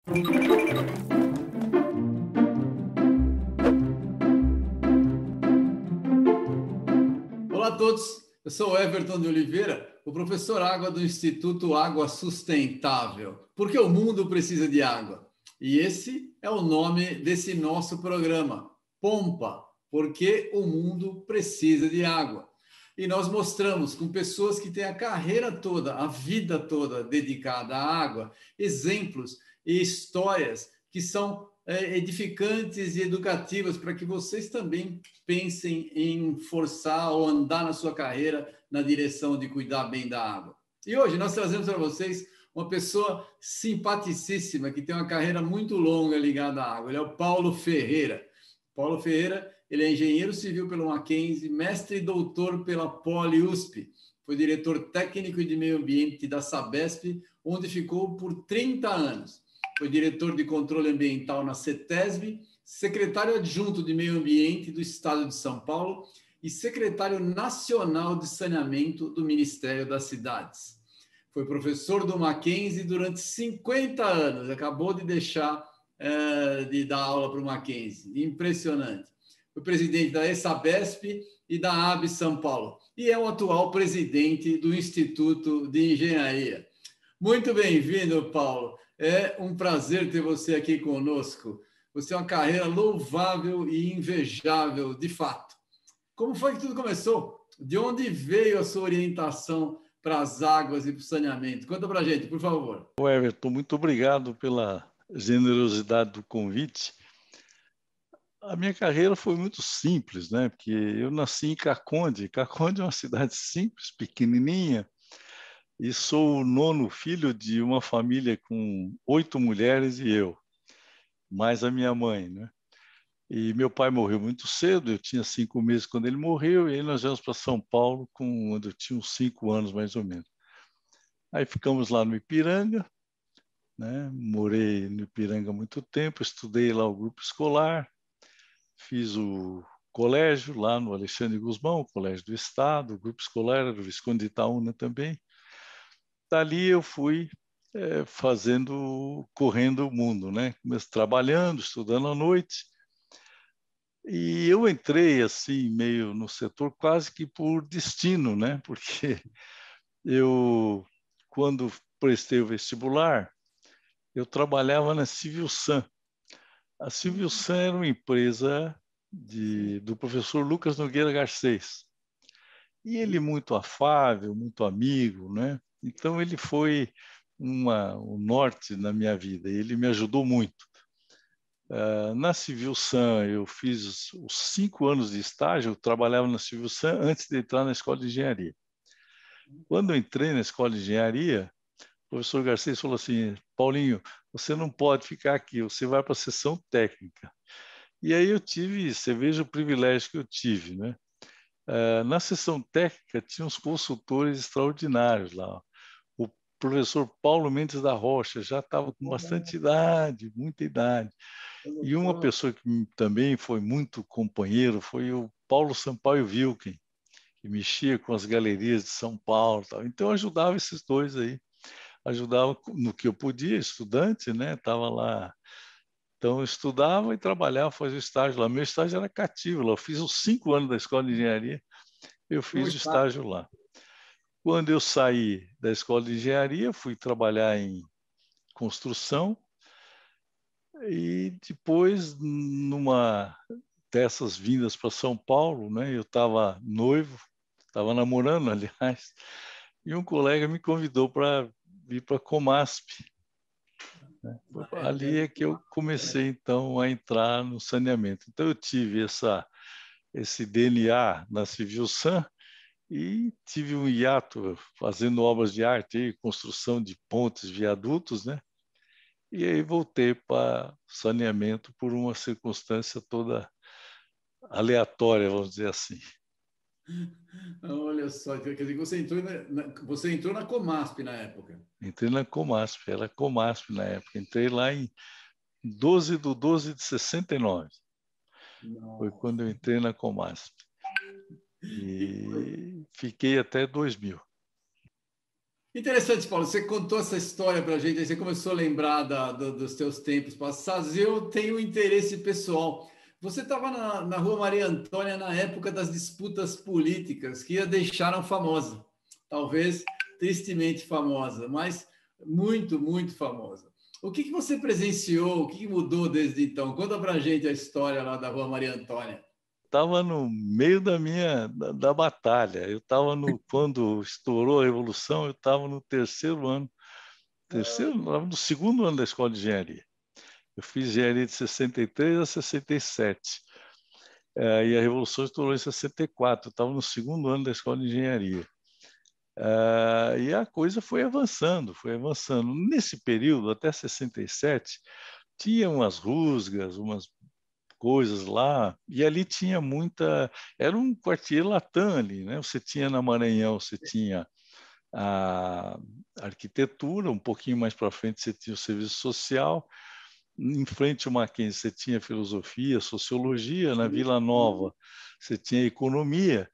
Olá a todos, eu sou o Everton de Oliveira, o professor Água do Instituto Água Sustentável, porque o mundo precisa de água. E esse é o nome desse nosso programa, Pompa, porque o mundo precisa de água. E nós mostramos com pessoas que têm a carreira toda, a vida toda dedicada à água, exemplos e histórias que são edificantes e educativas para que vocês também pensem em forçar ou andar na sua carreira na direção de cuidar bem da água. E hoje nós trazemos para vocês uma pessoa simpaticíssima que tem uma carreira muito longa ligada à água. Ele é o Paulo Ferreira. Paulo Ferreira, ele é engenheiro civil pelo Mackenzie, mestre e doutor pela Poli-USP. Foi diretor técnico de meio ambiente da Sabesp, onde ficou por 30 anos. Foi diretor de controle ambiental na CETESB, secretário adjunto de meio ambiente do Estado de São Paulo e secretário nacional de saneamento do Ministério das Cidades. Foi professor do Mackenzie durante 50 anos, acabou de deixar de dar aula para o Mackenzie, impressionante. Foi presidente da ESABESP e da AB São Paulo e é o atual presidente do Instituto de Engenharia. Muito bem-vindo, Paulo. É um prazer ter você aqui conosco. Você é uma carreira louvável e invejável, de fato. Como foi que tudo começou? De onde veio a sua orientação para as águas e para o saneamento? Conta para a gente, por favor. Everton, muito obrigado pela generosidade do convite. A minha carreira foi muito simples, né? Porque eu nasci em Caconde. Caconde é uma cidade simples, pequenininha, e sou o nono filho de uma família com 8 mulheres e eu, mais a minha mãe, né? E meu pai morreu muito cedo, eu tinha 5 meses quando ele morreu, e aí nós viemos para São Paulo quando eu tinha uns 5 anos, mais ou menos. Aí ficamos lá no Ipiranga, né? Morei no Ipiranga há muito tempo, estudei lá o grupo escolar, fiz o colégio lá no Alexandre Guzmão, o Colégio do Estado, o grupo escolar era do Visconde de Itaúna também. Dali eu fui correndo o mundo, né? Comecei trabalhando, estudando à noite, e eu entrei assim meio no setor quase que por destino, né? Porque eu, quando prestei o vestibular, eu trabalhava na Civilsan. A Civilsan era uma empresa do professor Lucas Nogueira Garcês. E ele muito afável, muito amigo, né? Então ele foi o norte na minha vida. Ele me ajudou muito. Na Civilsan eu fiz os 5 anos de estágio. Eu trabalhava na Civilsan antes de entrar na escola de engenharia. Quando eu entrei na escola de engenharia, o professor Garcês falou assim: Paulinho, você não pode ficar aqui, você vai para a seção técnica. E aí você veja o privilégio que eu tive, né? Na seção técnica tinha uns consultores extraordinários lá. O professor Paulo Mendes da Rocha já estava com bastante idade, muita idade. E uma pessoa que também foi muito companheiro foi o Paulo Sampaio Wilken, que mexia com as galerias de São Paulo. Tal. Então eu ajudava esses dois aí. Ajudava no que eu podia, estudante, né? Estava lá. Então, eu estudava e trabalhava, fazia o estágio lá. Meu estágio era cativo lá. Eu fiz os 5 anos da escola de engenharia, eu fiz o estágio lá. Quando eu saí da escola de engenharia, fui trabalhar em construção e depois, numa dessas vindas para São Paulo, né, eu estava noivo, estava namorando, aliás, e um colega me convidou para vir para a Comasp. Né? Ali é que eu comecei, então, a entrar no saneamento. Então, eu tive esse DNA na Civilsan e tive um hiato fazendo obras de arte, construção de pontes, viadutos, né? E aí voltei para saneamento por uma circunstância toda aleatória, vamos dizer assim. Olha só, quer dizer que você entrou na Comasp na época. Entrei na Comasp, era Comasp na época. Entrei lá em 12/12/69. Foi Nossa. quando eu entrei na Comasp. E foi, E fiquei até 2000. Interessante, Paulo. Você contou essa história para a gente, aí você começou a lembrar dos teus tempos passados. Eu tenho um interesse pessoal. Você estava na Rua Maria Antônia na época das disputas políticas que a deixaram famosa. Talvez tristemente famosa, mas muito, muito famosa. O que você presenciou? O que mudou desde então? Conta para a gente a história lá da Rua Maria Antônia. Estava no meio da batalha. Eu estava no quando estourou a revolução, eu estava no estava no segundo ano da escola de engenharia. Eu fiz engenharia de 63 a 67. E a revolução estourou em 64. Eu estava no segundo ano da escola de engenharia. E a coisa foi avançando, foi avançando. Nesse período, até 67, tinha umas rusgas, umas coisas lá, e ali tinha muita. Era um quartier latã ali, né? Você tinha na Maranhão, você tinha a arquitetura, um pouquinho mais para frente você tinha o serviço social, em frente ao Mackenzie você tinha filosofia, sociologia, na Vila Nova você tinha economia,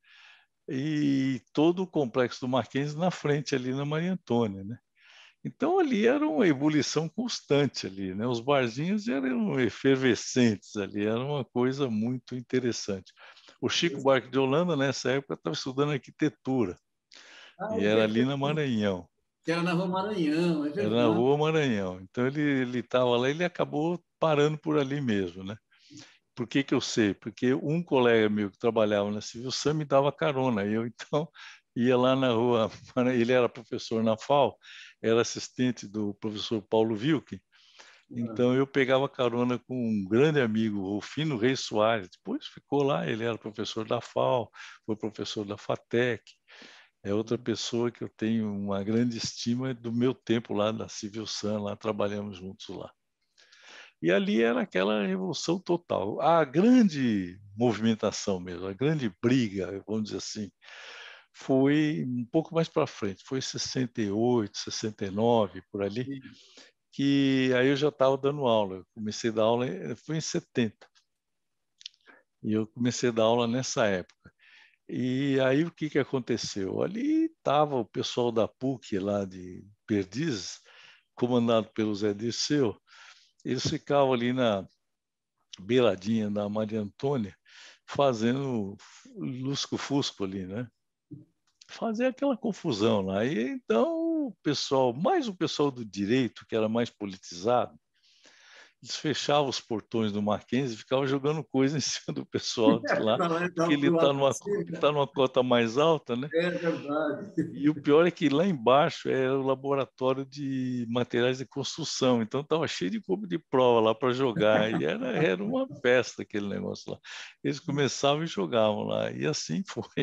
e todo o complexo do Mackenzie na frente ali na Maria Antônia, né? Então ali era uma ebulição constante ali, né? Os barzinhos eram efervescentes ali, era uma coisa muito interessante. O Chico Buarque de Holanda nessa época estava estudando arquitetura Ah, e ele era quer ali na Maranhão, que era na Rua Maranhão, é era na verdade. Rua Maranhão. Então ele estava lá, ele acabou parando por ali mesmo, né? Por que que eu sei? Porque um colega meu que trabalhava na Civil Sam me dava carona. E eu, então, ia lá na rua. Ele era professor na FAO, era assistente do professor Paulo Wilke. Então, eu pegava carona com um grande amigo, Rufino Reis Soares. Depois ficou lá, ele era professor da FAO, foi professor da FATEC. É outra pessoa que eu tenho uma grande estima do meu tempo lá da Civil Sam, lá trabalhamos juntos lá. E ali era aquela revolução total. A grande movimentação mesmo, a grande briga, vamos dizer assim, foi um pouco mais para frente, foi 68, 69, por ali, que aí eu já estava dando aula. Eu comecei a dar aula, foi em 70, e eu comecei a dar aula nessa época. E aí o que aconteceu? Ali estava o pessoal da PUC lá de Perdizes, comandado pelo Zé Dirceu, eles ficavam ali na beiradinha da Maria Antônia, fazendo lusco-fusco ali, né? Fazer aquela confusão lá. E então o pessoal, mais o pessoal do direito, que era mais politizado, eles fechavam os portões do Mackenzie e ficavam jogando coisa em cima do pessoal de lá, porque ele está numa cota mais alta, né? É verdade. E o pior é que lá embaixo é o laboratório de materiais de construção, então estava cheio de cubo de prova lá para jogar, e era uma festa aquele negócio lá. Eles começavam e jogavam lá, e assim foi.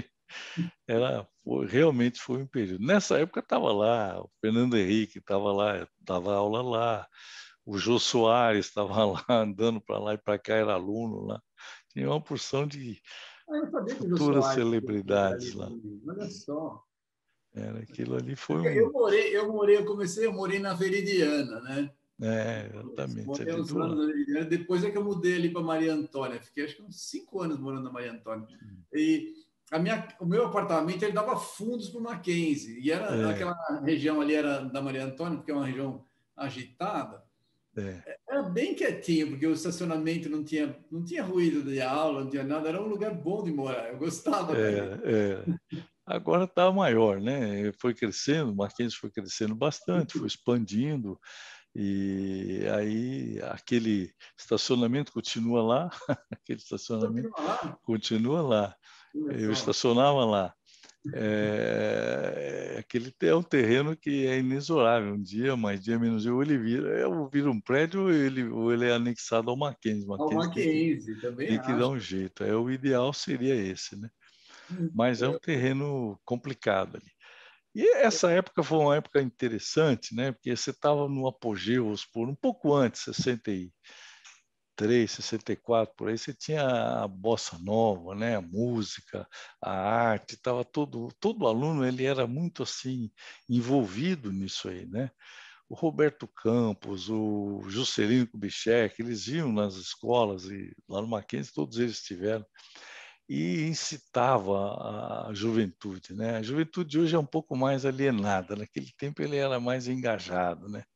Realmente foi um período. Nessa época estava lá, o Fernando Henrique estava lá, dava aula lá, o Jô Soares estava lá, andando para lá e para cá, era aluno lá. Tinha uma porção de Ah, eu sabia que o Jô futuras Soares esteve celebridades ali lá. também. Olha só. Aquilo ali foi Porque um. eu morei na Veridiana, né? Exatamente, Morei ali uns do anos na lado. Veridiana, depois é que eu mudei ali para Maria Antônia. Fiquei acho que uns 5 anos morando na Maria Antônia. E o meu apartamento ele dava fundos para o Mackenzie. E era É, aquela região ali era da Maria Antônia, porque é uma região agitada. é, Era bem quietinho, porque o estacionamento não tinha ruído de aula, não tinha nada. Era um lugar bom de morar. Eu gostava dali. Agora está maior, né? Foi crescendo, o Mackenzie foi crescendo bastante, foi expandindo, e aí aquele estacionamento continua lá, aquele estacionamento Continua lá? continua lá. Olha Eu só. estacionava lá. Aquele é um terreno que é inexorável. Um dia, mais dia, menos dia, ou ele vira um prédio ou ele é anexado ao Mackenzie. Ao Mackenzie tem que, Mackenzie, também tem que dar acho. um jeito. O ideal seria esse, né? Mas é um terreno complicado ali. E essa época foi uma época interessante, né? Porque você estava no apogeu, por um pouco antes, 63, 64, por aí, você tinha a bossa nova, né? A música, a arte, estava todo aluno, ele era muito assim envolvido nisso aí, né? O Roberto Campos, o Juscelino Kubitschek, eles iam nas escolas e lá no Mackenzie todos eles estiveram. e incitava a juventude, né? A juventude hoje é um pouco mais alienada, naquele tempo ele era mais engajado, né?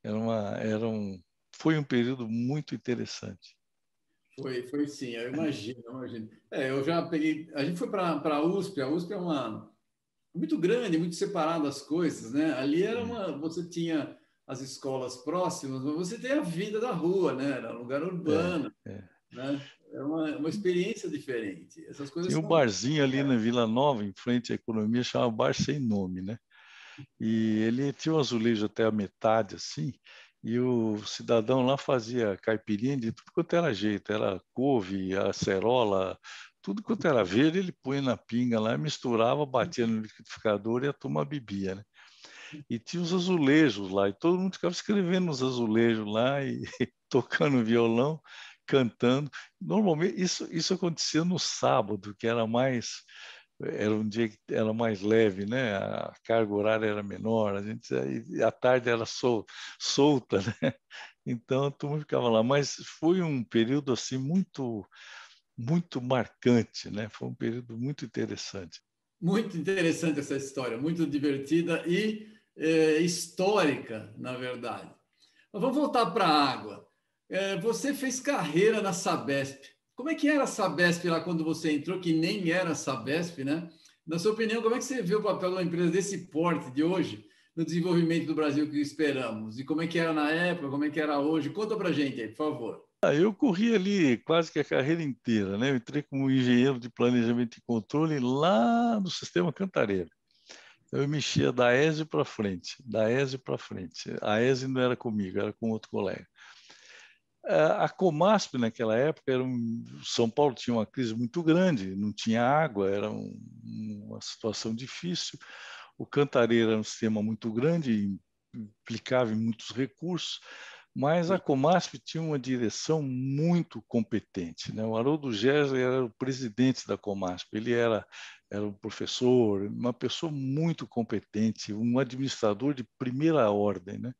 Foi um período muito interessante. Foi sim, eu imagino, eu imagino. Eu já peguei. A gente foi para a USP. A USP é uma muito grande, muito separado as coisas, né? Ali era você tinha as escolas próximas, mas você tem a vida da rua, né? Era um lugar É, urbano, é. né? É uma experiência diferente. Essas coisas Tinha um são. barzinho ali na Vila Nova, em frente à economia, chamava Bar Sem Nome, né? E ele tinha um azulejo até a metade, assim, e o cidadão lá fazia caipirinha de tudo quanto era jeito, era couve, acerola, tudo quanto era verde, ele punha na pinga lá, misturava, batia no liquidificador e a turma bebia, né? E tinha os azulejos lá, e todo mundo ficava escrevendo nos azulejos lá e tocando violão, cantando. Normalmente isso acontecia no sábado, que era um dia que era mais leve, né? A carga horária era menor, a tarde era solta, né? Então a turma ficava lá, mas foi um período assim muito marcante, né? Foi um período muito interessante. Muito interessante essa história, muito divertida e histórica, na verdade. Mas vamos voltar para a água. Você fez carreira na Sabesp. Como é que era a Sabesp lá quando você entrou, que nem era a Sabesp, né? Na sua opinião, como é que você vê o papel de uma empresa desse porte de hoje no desenvolvimento do Brasil que esperamos? E como é que era na época, como é que era hoje? Conta para a gente aí, por favor. Eu corri ali quase que a carreira inteira, né? Eu entrei como engenheiro de planejamento e controle lá no Sistema Cantareira. Eu mexia da ESE para frente, da ESE para frente. A ESE não era comigo, era com outro colega. A Comasp, naquela época, São Paulo tinha uma crise muito grande, não tinha água, era uma situação difícil. O Cantareira era um sistema muito grande, implicava em muitos recursos, mas a Comasp tinha uma direção muito competente, né? O Haroldo Gessler era o presidente da Comasp, ele era um professor, uma pessoa muito competente, um administrador de primeira ordem, né?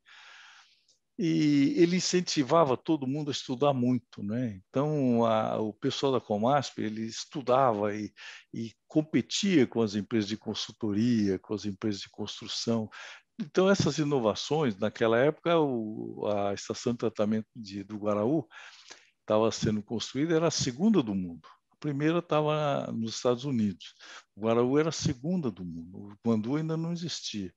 E ele incentivava todo mundo a estudar muito, né? Então, o pessoal da Comasp, ele estudava e competia com as empresas de consultoria, com as empresas de construção. Então, essas inovações, naquela época, a estação de tratamento do Guaraú estava sendo construída, era a segunda do mundo. A primeira estava nos Estados Unidos. O Guaraú era a segunda do mundo. O Guandu ainda não existia.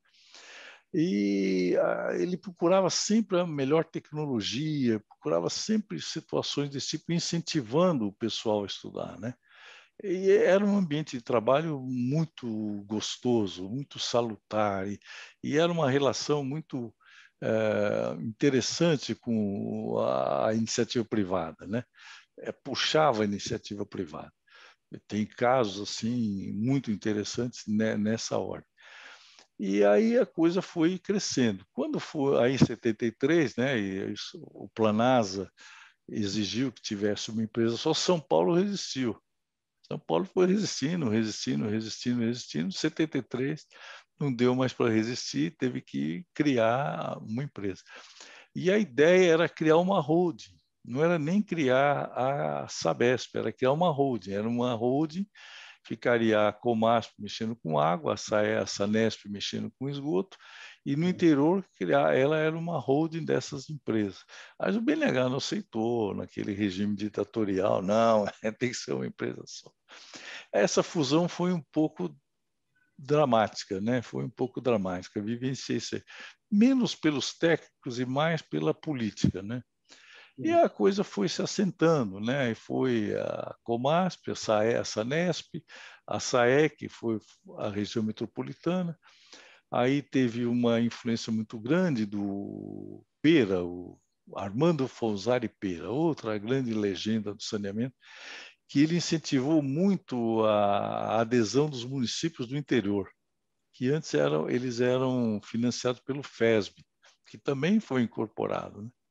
E ele procurava sempre a melhor tecnologia, procurava sempre situações desse tipo, incentivando o pessoal a estudar, né? E era um ambiente de trabalho muito gostoso, muito salutar, e era uma relação muito interessante com a iniciativa privada, né? Puxava a iniciativa privada. Tem casos assim muito interessantes nessa ordem. E aí a coisa foi crescendo. Quando foi aí em 73, né, o Planasa exigiu que tivesse uma empresa só, São Paulo resistiu. São Paulo foi resistindo, resistindo, resistindo, resistindo. Em 73 não deu mais para resistir, teve que criar uma empresa. E a ideia era criar uma holding. Não era nem criar a Sabesp, era criar uma holding. Era uma holding, ficaria a Comasp mexendo com água, a Sanesp mexendo com esgoto, e no interior ela era uma holding dessas empresas. Mas o BNH não aceitou, naquele regime ditatorial, não, tem que ser uma empresa só. Essa fusão foi um pouco dramática, né? Foi um pouco dramática, vivenciei isso aí. Menos pelos técnicos e mais pela política, né? E a coisa foi se assentando, né? E foi a Comasp, a Sanesp, a SAEC, que foi a região metropolitana. Aí teve uma influência muito grande do Pera, o Armando Folzari Pera, outra grande legenda do saneamento, que ele incentivou muito a adesão dos municípios do interior, que antes eles eram financiados pelo FESB, que também foi incorporado, né?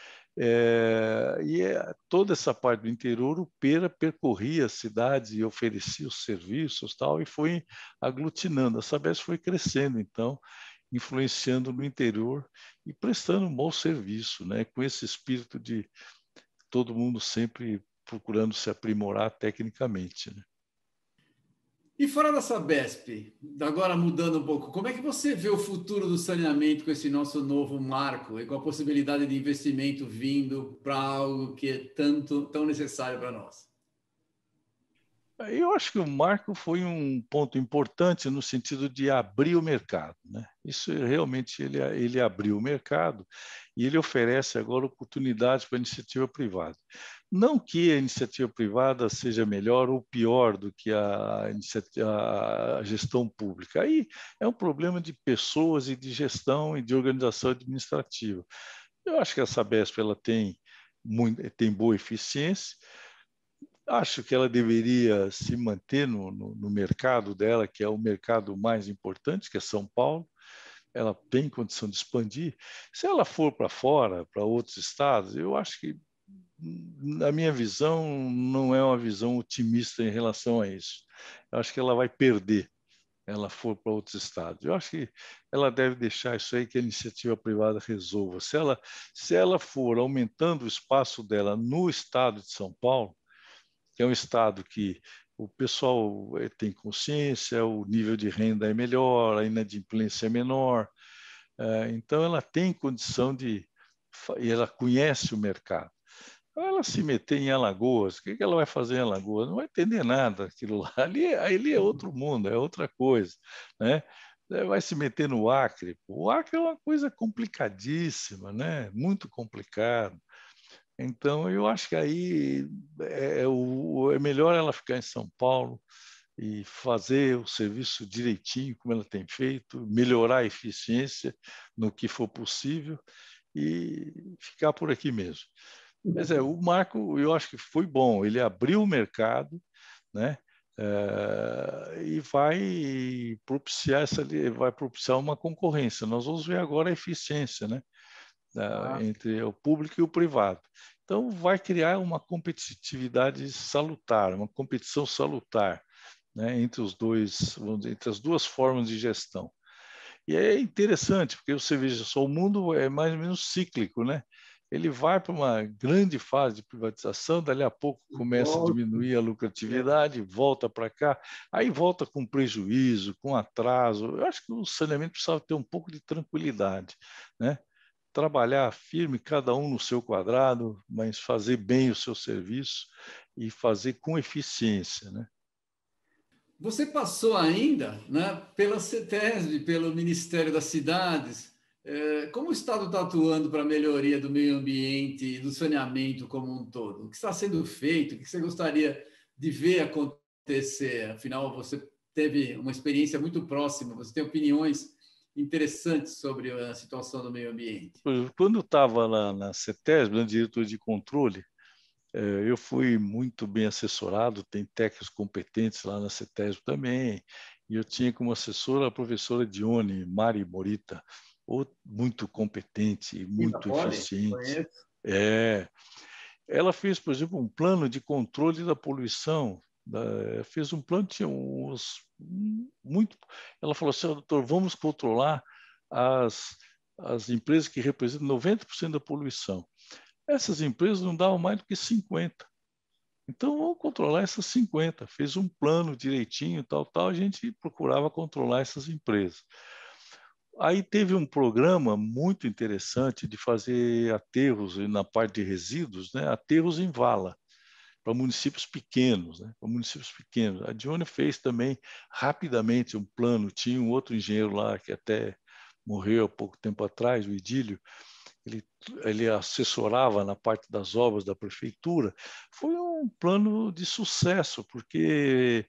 Toda essa parte do interior, o Pera percorria as cidades e oferecia os serviços tal, e foi aglutinando. A Sabesp foi crescendo, então, influenciando no interior e prestando um bom serviço, né? Com esse espírito de todo mundo sempre procurando se aprimorar tecnicamente, né? E fora da Sabesp, agora mudando um pouco, como é que você vê o futuro do saneamento com esse nosso novo marco e com a possibilidade de investimento vindo para algo que é tão necessário para nós? Eu acho que o marco foi um ponto importante no sentido de abrir o mercado, né? Isso realmente ele abriu o mercado e ele oferece agora oportunidades para a iniciativa privada. Não que a iniciativa privada seja melhor ou pior do que a gestão pública. Aí é um problema de pessoas e de gestão e de organização administrativa. Eu acho que a Sabesp ela tem boa eficiência. Acho que ela deveria se manter no mercado dela, que é o mercado mais importante, que é São Paulo. Ela tem condição de expandir. Se ela for para fora, para outros estados, eu acho que, na minha visão, não é uma visão otimista em relação a isso. Eu acho que ela vai perder. Ela for para outros estados. Eu acho que ela deve deixar isso aí que a iniciativa privada resolva. Se ela for aumentando o espaço dela no estado de São Paulo, que é um estado que o pessoal tem consciência, o nível de renda é melhor, a inadimplência é menor, então ela tem condição e ela conhece o mercado. Então, ela se meter em Alagoas, o que ela vai fazer em Alagoas? Não vai entender nada aquilo lá. Ali é outro mundo, é outra coisa, né? Vai se meter no Acre. O Acre é uma coisa complicadíssima, né? Muito complicado. Então, eu acho que aí é melhor ela ficar em São Paulo e fazer o serviço direitinho, como ela tem feito, melhorar a eficiência no que for possível e ficar por aqui mesmo. Mas o marco, eu acho que foi bom, ele abriu o mercado, né? E vai propiciar uma concorrência. Nós vamos ver agora a eficiência, né? Entre o público e o privado. Então, vai criar uma competitividade salutar, uma competição salutar, né, entre os dois, entre as duas formas de gestão. E é interessante, porque você veja só, o mundo é mais ou menos cíclico, né? Ele vai para uma grande fase de privatização, dali a pouco começa a diminuir a lucratividade, volta para cá, aí volta com prejuízo, com atraso. Eu acho que o saneamento precisava ter um pouco de tranquilidade, né? Trabalhar firme, cada um no seu quadrado, mas fazer bem o seu serviço e fazer com eficiência, né? Você passou ainda, né, pela CETESB, pelo Ministério das Cidades. Como o Estado está atuando para a melhoria do meio ambiente e do saneamento como um todo? O que está sendo feito? O que você gostaria de ver acontecer? Afinal, você teve uma experiência muito próxima, você tem opiniões interessantes sobre a situação do meio ambiente. Quando eu estava lá na CETESB, na diretoria de controle, eu fui muito bem assessorado, tem técnicos competentes lá na CETESB também, e eu tinha como assessora a professora Dione Mari Morita, muito competente, Viva muito Poli, eficiente. conheço. Ela fez, por exemplo, um plano de controle da poluição, fez um plano, tinha muito. Ela falou assim: doutor, vamos controlar as empresas que representam 90% da poluição. Essas empresas não davam mais do que 50%. Então, vamos controlar essas 50%. Fez um plano direitinho, tal, a gente procurava controlar essas empresas. Aí teve um programa muito interessante de fazer aterros na parte de resíduos, né? Aterros em vala, para municípios pequenos, né? Para municípios pequenos. A Dione fez também rapidamente um plano, tinha um outro engenheiro lá que até morreu há pouco tempo atrás, o Idílio, ele assessorava na parte das obras da prefeitura. Foi um plano de sucesso, porque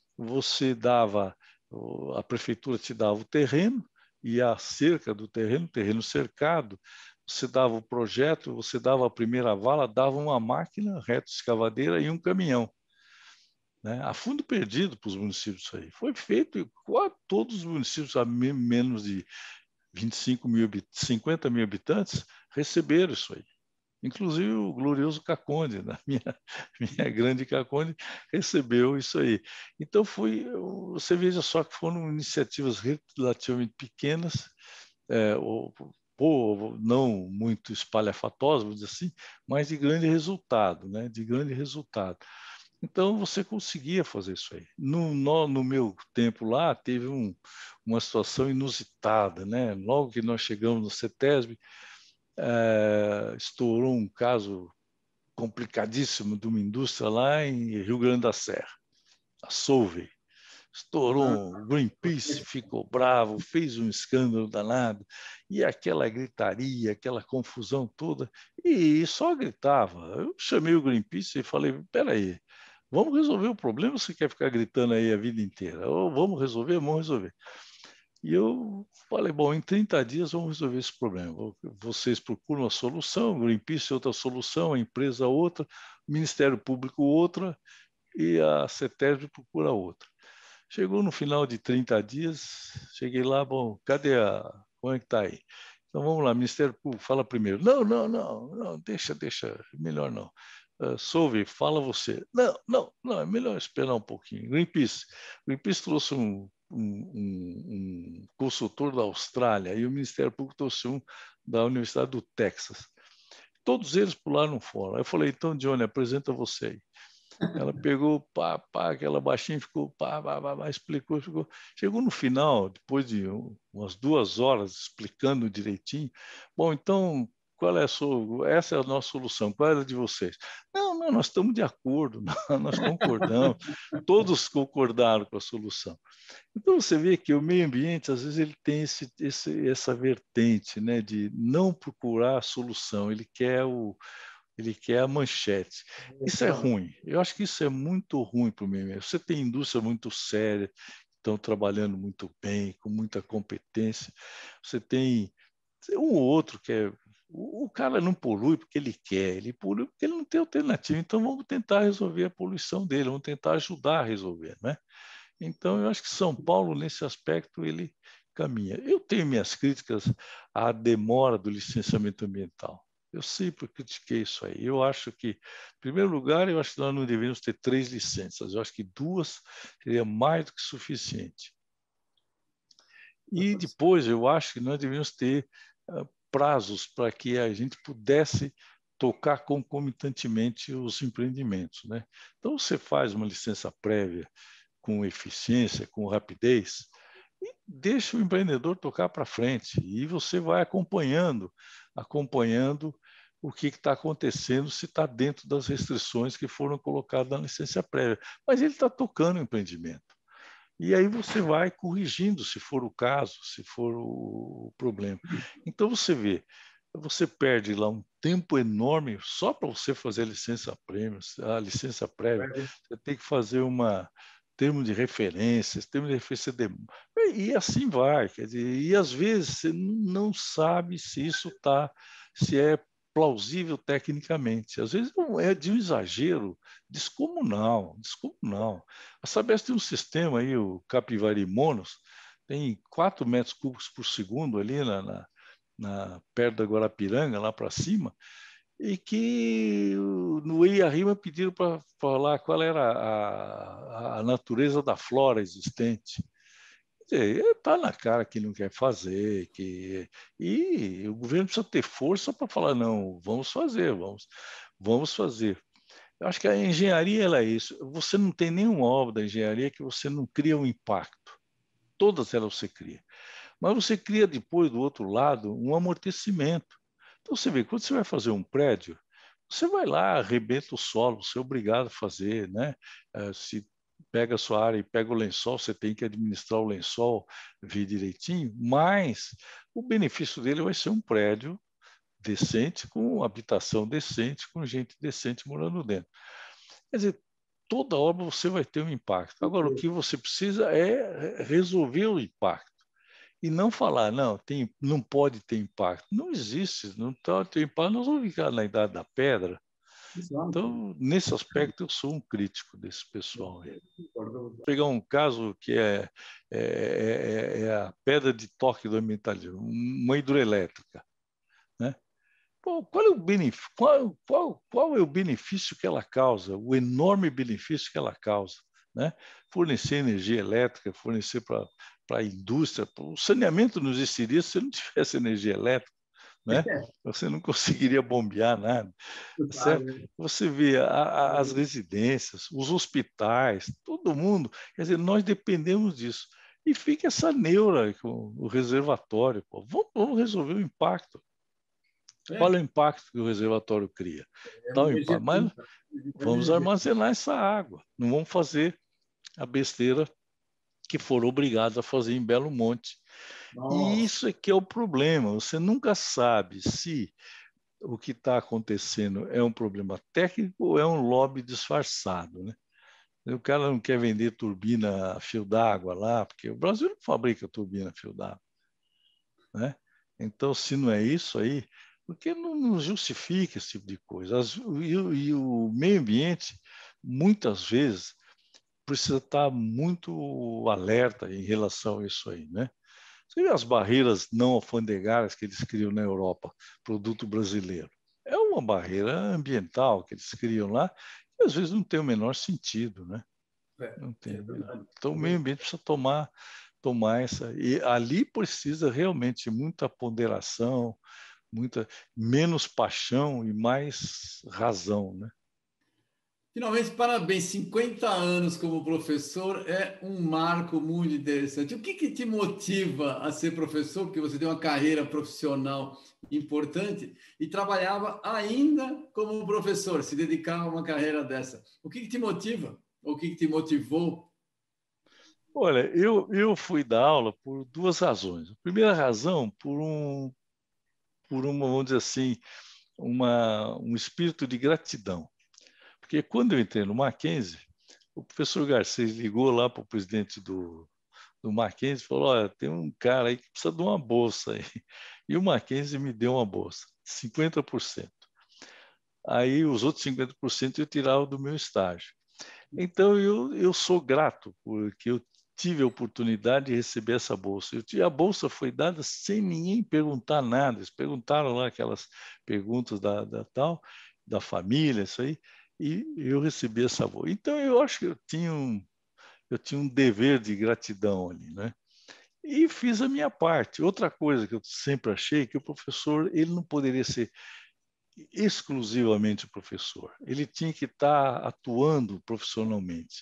a prefeitura te dava o terreno e a cerca do terreno, terreno cercado, você dava o projeto, você dava a primeira vala, dava uma máquina reto-escavadeira e um caminhão, né? A fundo perdido para os municípios isso aí. Foi feito em quase todos os municípios a menos de 25 mil, 50 mil habitantes receberam isso aí. Inclusive o glorioso Caconde, minha grande Caconde, recebeu isso aí. Então você veja só que foram iniciativas relativamente pequenas, não muito espalhafatosa, vamos dizer assim, mas de grande resultado, né? De grande resultado. Então, você conseguia fazer isso aí. No meu tempo lá, teve uma situação inusitada, né? Logo que nós chegamos no CETESB, estourou um caso complicadíssimo de uma indústria lá em Rio Grande da Serra, a Solvay. Estourou, o Greenpeace ficou bravo, fez um escândalo danado, e aquela gritaria, aquela confusão toda, e só gritava. Eu chamei o Greenpeace e falei, peraí, vamos resolver o problema ou você quer ficar gritando aí a vida inteira? Ou vamos resolver, vamos resolver. E eu falei, bom, em 30 dias vamos resolver esse problema. Vocês procuram uma solução, o Greenpeace outra solução, a empresa outra, o Ministério Público outra, e a CETESB procura outra. Chegou no final de 30 dias, cheguei lá, bom, como é que está aí? Então vamos lá, Ministério Público, fala primeiro. Não, deixa, melhor não. Solvay, fala você. Não, é melhor esperar um pouquinho. Greenpeace trouxe um consultor da Austrália e o Ministério Público trouxe um da Universidade do Texas. Todos eles pularam fora. Eu falei, então, Johnny, apresenta você aí. Ela pegou, aquela baixinha ficou, explicou. Chegou no final, depois de umas 2 horas explicando direitinho. Bom, então, qual é a sua? Essa é a nossa solução. Qual é a de vocês? Não, nós estamos de acordo, nós concordamos. Todos concordaram com a solução. Então, você vê que o meio ambiente, às vezes, ele tem essa vertente, né, de não procurar a solução, ele quer a manchete. Isso é ruim. Eu acho que isso é muito ruim para o meio ambiente. Você tem indústria muito séria, estão trabalhando muito bem, com muita competência. Você tem um ou outro que é... O cara não polui porque ele quer, ele polui porque ele não tem alternativa. Então, vamos tentar resolver a poluição dele, vamos tentar ajudar a resolver, né? Então, eu acho que São Paulo, nesse aspecto, ele caminha. Eu tenho minhas críticas à demora do licenciamento ambiental. Eu sempre critiquei isso aí. Eu acho que, em primeiro lugar, eu acho que nós não deveríamos ter 3 licenças. Eu acho que 2 seria mais do que suficiente. E depois, eu acho que nós deveríamos ter prazos para que a gente pudesse tocar concomitantemente os empreendimentos, né? Então, você faz uma licença prévia com eficiência, com rapidez, e deixa o empreendedor tocar para frente. E você vai acompanhando o que está acontecendo, se está dentro das restrições que foram colocadas na licença prévia. Mas ele está tocando o empreendimento. E aí você vai corrigindo, se for o caso, se for o problema. Então você vê, você perde lá um tempo enorme só para você fazer a licença prévia. Você tem que fazer termo de referências, e assim vai. Quer dizer, e às vezes você não sabe se se é plausível tecnicamente. Às vezes é de um exagero descomunal. A Sabesp tem um sistema aí, o Capivari Monos, tem 4 metros cúbicos por segundo ali perto da Guarapiranga, lá para cima, e que no IARIMA pediram para falar qual era a natureza da flora existente. Está na cara que não quer fazer, e o governo precisa ter força para falar, não, vamos fazer. Eu acho que a engenharia ela é isso. Você não tem nenhuma obra da engenharia que você não cria um impacto. Todas elas você cria. Mas você cria depois, do outro lado, um amortecimento. Então, você vê, quando você vai fazer um prédio, você vai lá, arrebenta o solo, você é obrigado a fazer, né? Se pega a sua área e pega o lençol, você tem que administrar o lençol, ver direitinho, mas o benefício dele vai ser um prédio decente, com habitação decente, com gente decente morando dentro. Quer dizer, toda obra você vai ter um impacto. Agora, o que você precisa é resolver o impacto. E não falar, não pode ter impacto. Não existe, não pode ter impacto. Nós vamos ficar na Idade da Pedra. Exato. Então, nesse aspecto, eu sou um crítico desse pessoal. Vou pegar um caso que é a pedra de toque do ambientalismo, uma hidroelétrica, né? Qual é o benefício que ela causa, o enorme benefício que ela causa, né? Fornecer energia elétrica, fornecer para a indústria. O saneamento não existiria se não tivesse energia elétrica. né? Você não conseguiria bombear nada, certo? Você vê as residências, os hospitais, todo mundo, quer dizer, nós dependemos disso. E fica essa neura com o reservatório. Pô. Vamos resolver o impacto. Qual é o impacto que o reservatório cria? Tal impacto. Mas vamos armazenar essa água. Não vamos fazer a besteira que foram obrigados a fazer em Belo Monte. Nossa. E isso é que é o problema. Você nunca sabe se o que está acontecendo é um problema técnico ou é um lobby disfarçado, né? O cara não quer vender turbina a fio d'água lá, porque o Brasil não fabrica turbina a fio d'água, né? Então, se não é isso aí, porque não justifica esse tipo de coisa. E o meio ambiente, muitas vezes, precisa estar muito alerta em relação a isso aí, né? Você vê as barreiras não alfandegárias que eles criam na Europa, produto brasileiro. É uma barreira ambiental que eles criam lá, que às vezes não tem o menor sentido, né? Não tem. Então, o meio ambiente precisa tomar essa. E ali precisa realmente muita ponderação, menos paixão e mais razão, né? Finalmente, parabéns. 50 anos como professor é um marco muito interessante. O que te motiva a ser professor? Porque você tem uma carreira profissional importante e trabalhava ainda como professor, se dedicar a uma carreira dessa. O que te motiva? Ou o que te motivou? Olha, eu fui dar aula por duas razões. A primeira razão, por uma, vamos dizer assim, um espírito de gratidão. Porque quando eu entrei no Mackenzie, o professor Garcês ligou lá para o presidente do Mackenzie e falou: olha, tem um cara aí que precisa de uma bolsa aí. E o Mackenzie me deu uma bolsa, 50%. Aí os outros 50% eu tirava do meu estágio. Então eu sou grato porque eu tive a oportunidade de receber essa bolsa. A bolsa foi dada sem ninguém perguntar nada. Eles perguntaram lá aquelas perguntas da família, isso aí, e eu recebi essa bolsa. Então eu acho que eu tinha um dever de gratidão ali, né? E fiz a minha parte. Outra coisa que eu sempre achei que o professor ele não poderia ser exclusivamente professor. Ele tinha que estar atuando profissionalmente.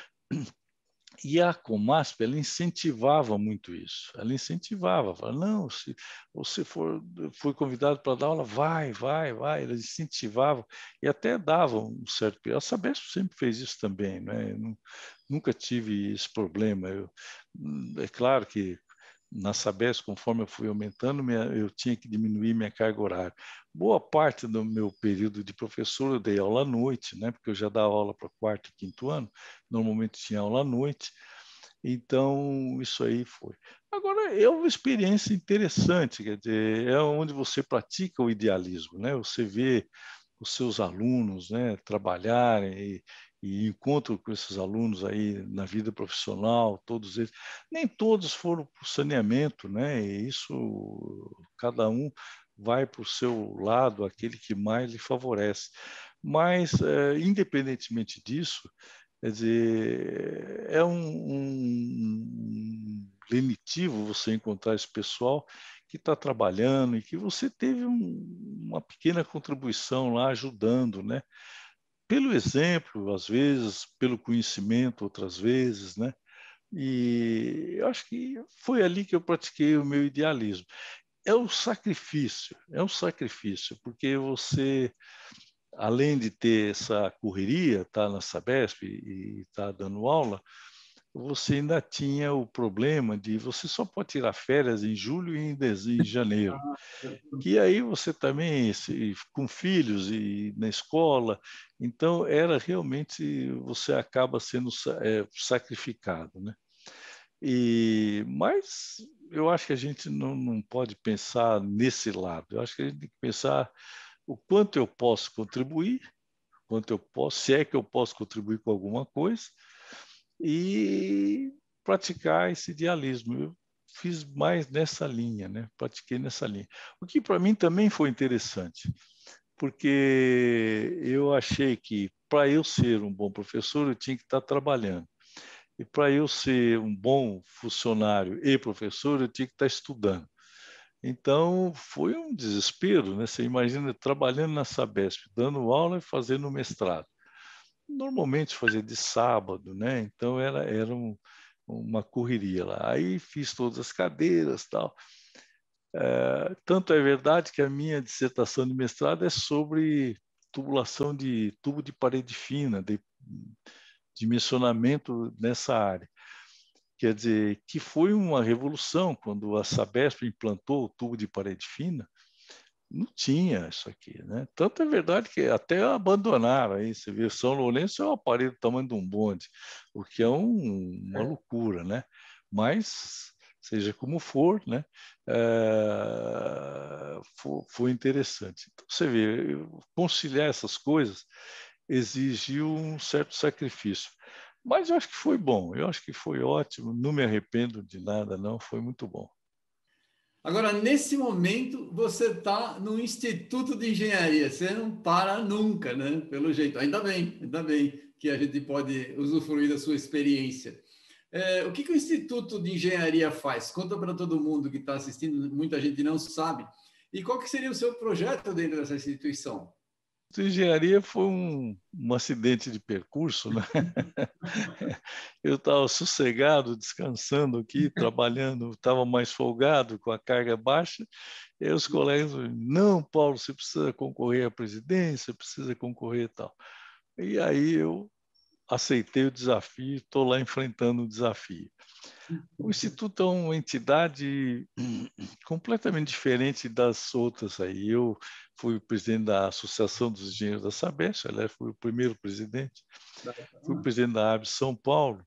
E a Comasp, ela incentivava muito isso. Ela incentivava, falava, não, se você foi convidado para dar aula, vai. Ela incentivava e até dava um certo... A Sabesp sempre fez isso também, né? Nunca tive esse problema. É claro que na Sabesp, conforme eu fui aumentando, eu tinha que diminuir minha carga horária. Boa parte do meu período de professor eu dei aula à noite, né? Porque eu já dava aula para quarto e quinto ano, normalmente tinha aula à noite, então isso aí foi. Agora, é uma experiência interessante, quer dizer, é onde você pratica o idealismo, né? Você vê os seus alunos, né, trabalharem e encontro com esses alunos aí na vida profissional, todos eles. Nem todos foram para o saneamento, né? E isso, cada um vai para o seu lado, aquele que mais lhe favorece. Mas, independentemente disso, quer dizer, é um lenitivo você encontrar esse pessoal que está trabalhando e que você teve uma pequena contribuição lá ajudando, né? Pelo exemplo, às vezes, pelo conhecimento, outras vezes, né? E eu acho que foi ali que eu pratiquei o meu idealismo. É um sacrifício, porque você, além de ter essa correria, tá na Sabesp e tá dando aula, você ainda tinha o problema de você só pode tirar férias em julho e em janeiro. Que aí você também, com filhos e na escola, então era realmente, você acaba sendo sacrificado, né? Mas eu acho que a gente não pode pensar nesse lado. Eu acho que a gente tem que pensar o quanto eu posso contribuir, quanto eu posso, se é que eu posso contribuir com alguma coisa, e praticar esse idealismo. Eu fiz mais nessa linha, né? Pratiquei nessa linha. O que para mim também foi interessante, porque eu achei que para eu ser um bom professor eu tinha que estar trabalhando. E para eu ser um bom funcionário e professor, eu tinha que estar estudando. Então, foi um desespero, né? Você imagina trabalhando na Sabesp, dando aula e fazendo mestrado. Normalmente fazia de sábado, né? Então, era uma correria lá. Aí fiz todas as cadeiras e tal. Tanto é verdade que a minha dissertação de mestrado é sobre tubulação de tubo de parede fina, de dimensionamento nessa área. Quer dizer, que foi uma revolução quando a Sabesp implantou o tubo de parede fina, não tinha isso aqui, né? Tanto é verdade que até abandonaram aí, você vê, São Lourenço é um aparelho do tamanho de um bonde, o que é uma loucura, né? Mas, seja como for, né? Foi interessante. Então, você vê, conciliar essas coisas exigiu um certo sacrifício. Mas eu acho que foi bom, eu acho que foi ótimo, não me arrependo de nada, não, foi muito bom. Agora, nesse momento, você está no Instituto de Engenharia, você não para nunca, né? Pelo jeito. Ainda bem que a gente pode usufruir da sua experiência. O que o Instituto de Engenharia faz? Conta para todo mundo que está assistindo, muita gente não sabe. E qual que seria o seu projeto dentro dessa instituição? A engenharia foi um acidente de percurso, né? Eu estava sossegado, descansando aqui, trabalhando, estava mais folgado, com a carga baixa, e aí os colegas falaram, não, Paulo, você precisa concorrer à presidência, precisa concorrer e tal. E aí eu aceitei o desafio, estou lá enfrentando o desafio. O Instituto é uma entidade completamente diferente das outras aí. Eu fui presidente da Associação dos Engenheiros da Sabesp, aliás, fui o primeiro presidente. Fui presidente da ABS São Paulo.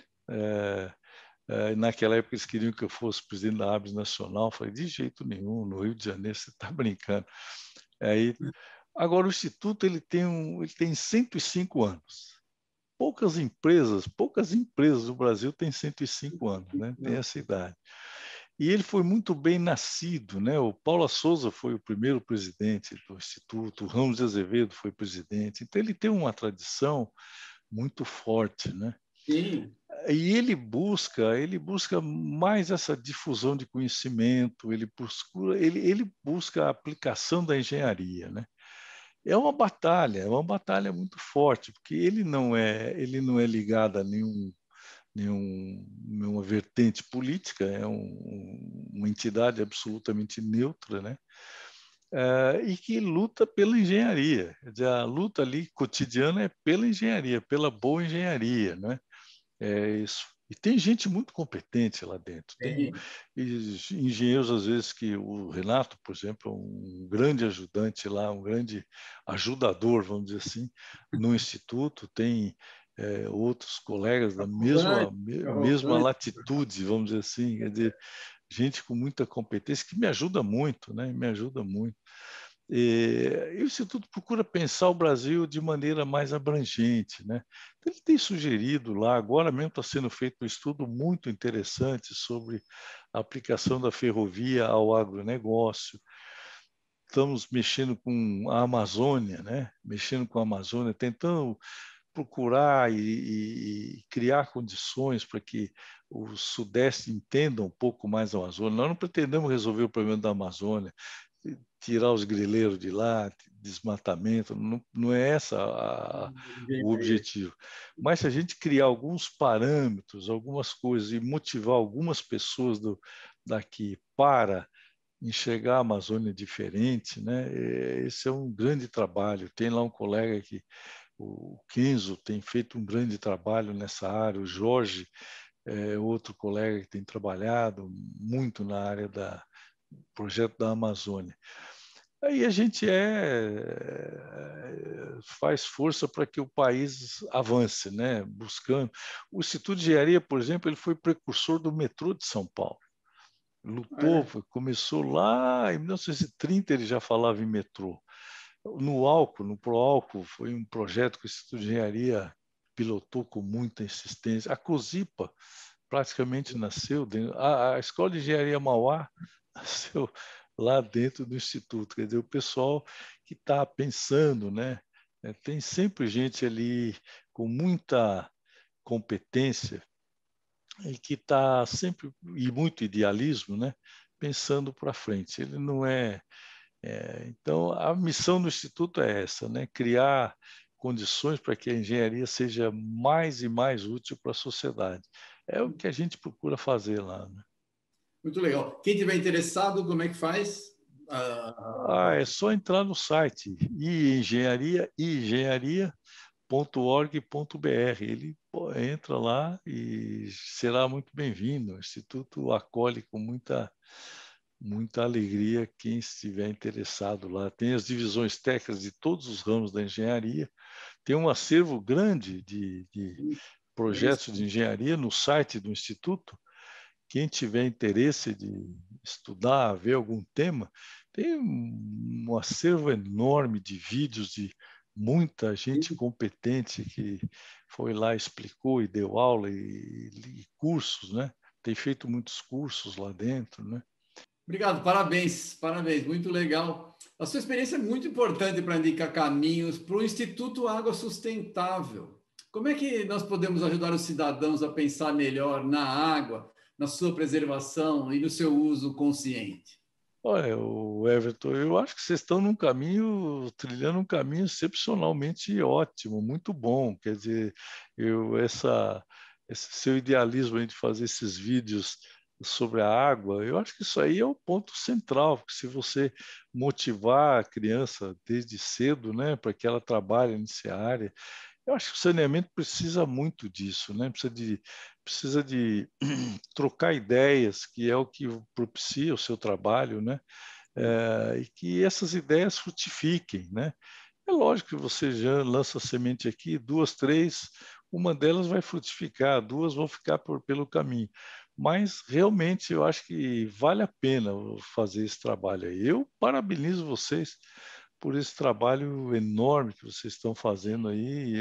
Naquela época eles queriam que eu fosse presidente da ABS Nacional. Eu falei, de jeito nenhum, no Rio de Janeiro você está brincando. Aí, agora o Instituto ele tem 105 anos. Poucas empresas do Brasil têm 105 anos, né? Tem essa idade. E ele foi muito bem nascido, né? O Paula Souza foi o primeiro presidente do Instituto, o Ramos de Azevedo foi presidente. Então ele tem uma tradição muito forte, né? Sim, E ele busca mais essa difusão de conhecimento, ele busca a aplicação da engenharia, né? É uma batalha muito forte, porque ele não é ligado a nenhuma vertente política, é uma entidade absolutamente neutra, né? E que luta pela engenharia. Quer dizer, a luta ali cotidiana é pela engenharia, pela boa engenharia, né? É isso. E tem gente muito competente lá dentro. Tem sim. engenheiros, às vezes, que o Renato, por exemplo, é um grande ajudante lá, um grande ajudador, vamos dizer assim, no Instituto. Tem outros colegas da mesma Arrogante. latitude, vamos dizer assim, quer dizer, gente com muita competência que me ajuda muito, né? Me ajuda muito. E o Instituto procura pensar o Brasil de maneira mais abrangente, né? Ele tem sugerido lá, agora mesmo está sendo feito um estudo muito interessante sobre a aplicação da ferrovia ao agronegócio. Estamos mexendo com a Amazônia, né? Mexendo com a Amazônia, tentando procurar e criar condições para que o Sudeste entenda um pouco mais a Amazônia. Nós não pretendemos resolver o problema da Amazônia, tirar os grileiros de lá, desmatamento, não é esse o objetivo. Mas se a gente criar alguns parâmetros, algumas coisas e motivar algumas pessoas daqui para enxergar a Amazônia diferente, né? Esse é um grande trabalho. Tem lá um colega que o Kenzo tem feito um grande trabalho nessa área, o Jorge é outro colega que tem trabalhado muito na área do projeto da Amazônia. Aí a gente faz força para que o país avance, né? Buscando. O Instituto de Engenharia, por exemplo, ele foi precursor do metrô de São Paulo. Lutou, começou lá em 1930, ele já falava em metrô. No Proálcool, foi um projeto que o Instituto de Engenharia pilotou com muita insistência. A COSIPA praticamente nasceu dentro. A Escola de Engenharia Mauá nasceu lá dentro do Instituto. Quer dizer, o pessoal que está pensando, né? Tem sempre gente ali com muita competência e que está sempre, e muito idealismo, né? pensando para frente. Ele não é, Então, a missão do Instituto é essa, né? Criar condições para que a engenharia seja mais e mais útil para a sociedade. É o que a gente procura fazer lá, né? Muito legal. Quem tiver interessado, como é que faz? É só entrar no site engenharia.org.br. Ele entra lá e será muito bem-vindo. O Instituto acolhe com muita alegria quem estiver interessado lá. Tem as divisões técnicas de todos os ramos da engenharia. Tem um acervo grande de projetos de engenharia no site do Instituto. Quem tiver interesse de estudar, ver algum tema, tem um acervo enorme de vídeos de muita gente competente que foi lá, explicou e deu aula e cursos, né? Tem feito muitos cursos lá dentro, né? Obrigado, parabéns, parabéns, muito legal. A sua experiência é muito importante para indicar caminhos para o Instituto Água Sustentável. Como é que nós podemos ajudar os cidadãos a pensar melhor na água, na sua preservação e no seu uso consciente? Olha, o Everton, eu acho que vocês estão trilhando um caminho excepcionalmente ótimo, muito bom. Quer dizer, esse seu idealismo aí de fazer esses vídeos sobre a água, eu acho que isso aí é o ponto central, porque se você motivar a criança desde cedo, né, para que ela trabalhe nessa área, eu acho que o saneamento precisa muito disso, né? Precisa de trocar ideias, que é o que propicia o seu trabalho, né? E que essas ideias frutifiquem, né? É lógico que você já lança semente aqui, duas, três, uma delas vai frutificar, duas vão ficar pelo caminho. Mas realmente eu acho que vale a pena fazer esse trabalho aí. Eu parabenizo vocês por esse trabalho enorme que vocês estão fazendo aí.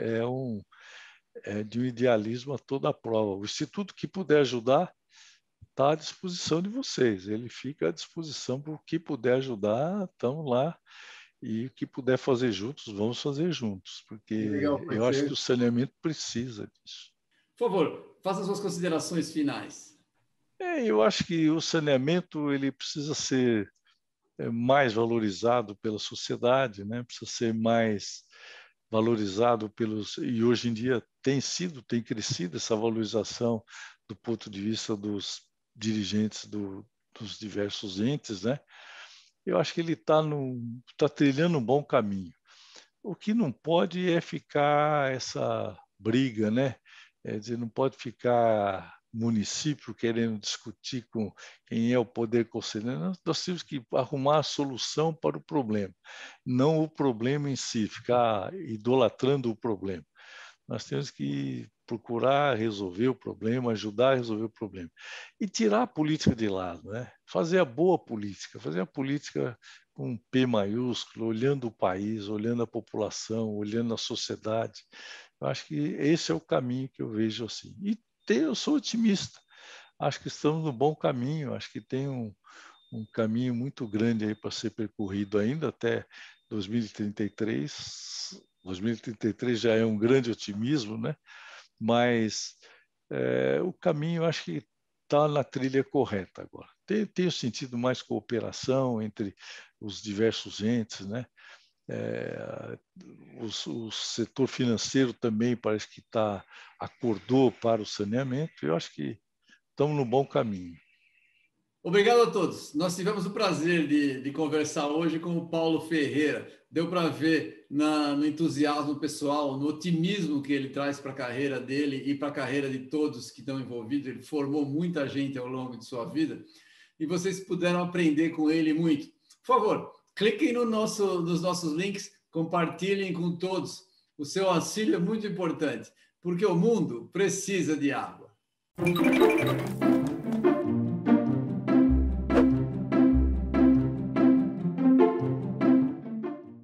É de um idealismo a toda a prova. O Instituto que puder ajudar está à disposição de vocês. Ele fica à disposição para o que puder ajudar, estamos lá. E o que puder fazer juntos, vamos fazer juntos, Legal, porque eu acho que o perfeito. saneamento precisa disso. Por favor, faça suas considerações finais. Eu acho que o saneamento ele precisa ser mais valorizado pela sociedade, né? Precisa ser mais valorizado e hoje em dia tem crescido essa valorização do ponto de vista dos dirigentes dos diversos entes, né? Eu acho que ele está trilhando um bom caminho. O que não pode é ficar essa briga, né? É dizer, não pode ficar município querendo discutir com quem é o poder conselheiro. Nós temos que arrumar a solução para o problema, não o problema em si, ficar idolatrando o problema. Nós temos que procurar resolver o problema, ajudar a resolver o problema. E tirar a política de lado, né? Fazer a boa política, fazer a política com um P maiúsculo, olhando o país, olhando a população, olhando a sociedade. Eu acho que esse é o caminho que eu vejo assim. Eu sou otimista. Acho que estamos no bom caminho. Acho que tem um caminho muito grande aí para ser percorrido ainda até 2033. 2033 já é um grande otimismo, né? Mas o caminho acho que está na trilha correta agora. Tenho sentido mais cooperação entre os diversos entes, né? O setor financeiro também parece que acordou para o saneamento. Eu acho que estamos no bom caminho. Obrigado a todos. Nós tivemos o prazer de conversar hoje com o Paulo Ferreira. Deu para ver no entusiasmo pessoal, no otimismo que ele traz para a carreira dele e para a carreira de todos que estão envolvidos. Ele formou muita gente ao longo de sua vida e vocês puderam aprender com ele muito. Por favor, cliquem nos nossos links, compartilhem com todos. O seu auxílio é muito importante, porque o mundo precisa de água.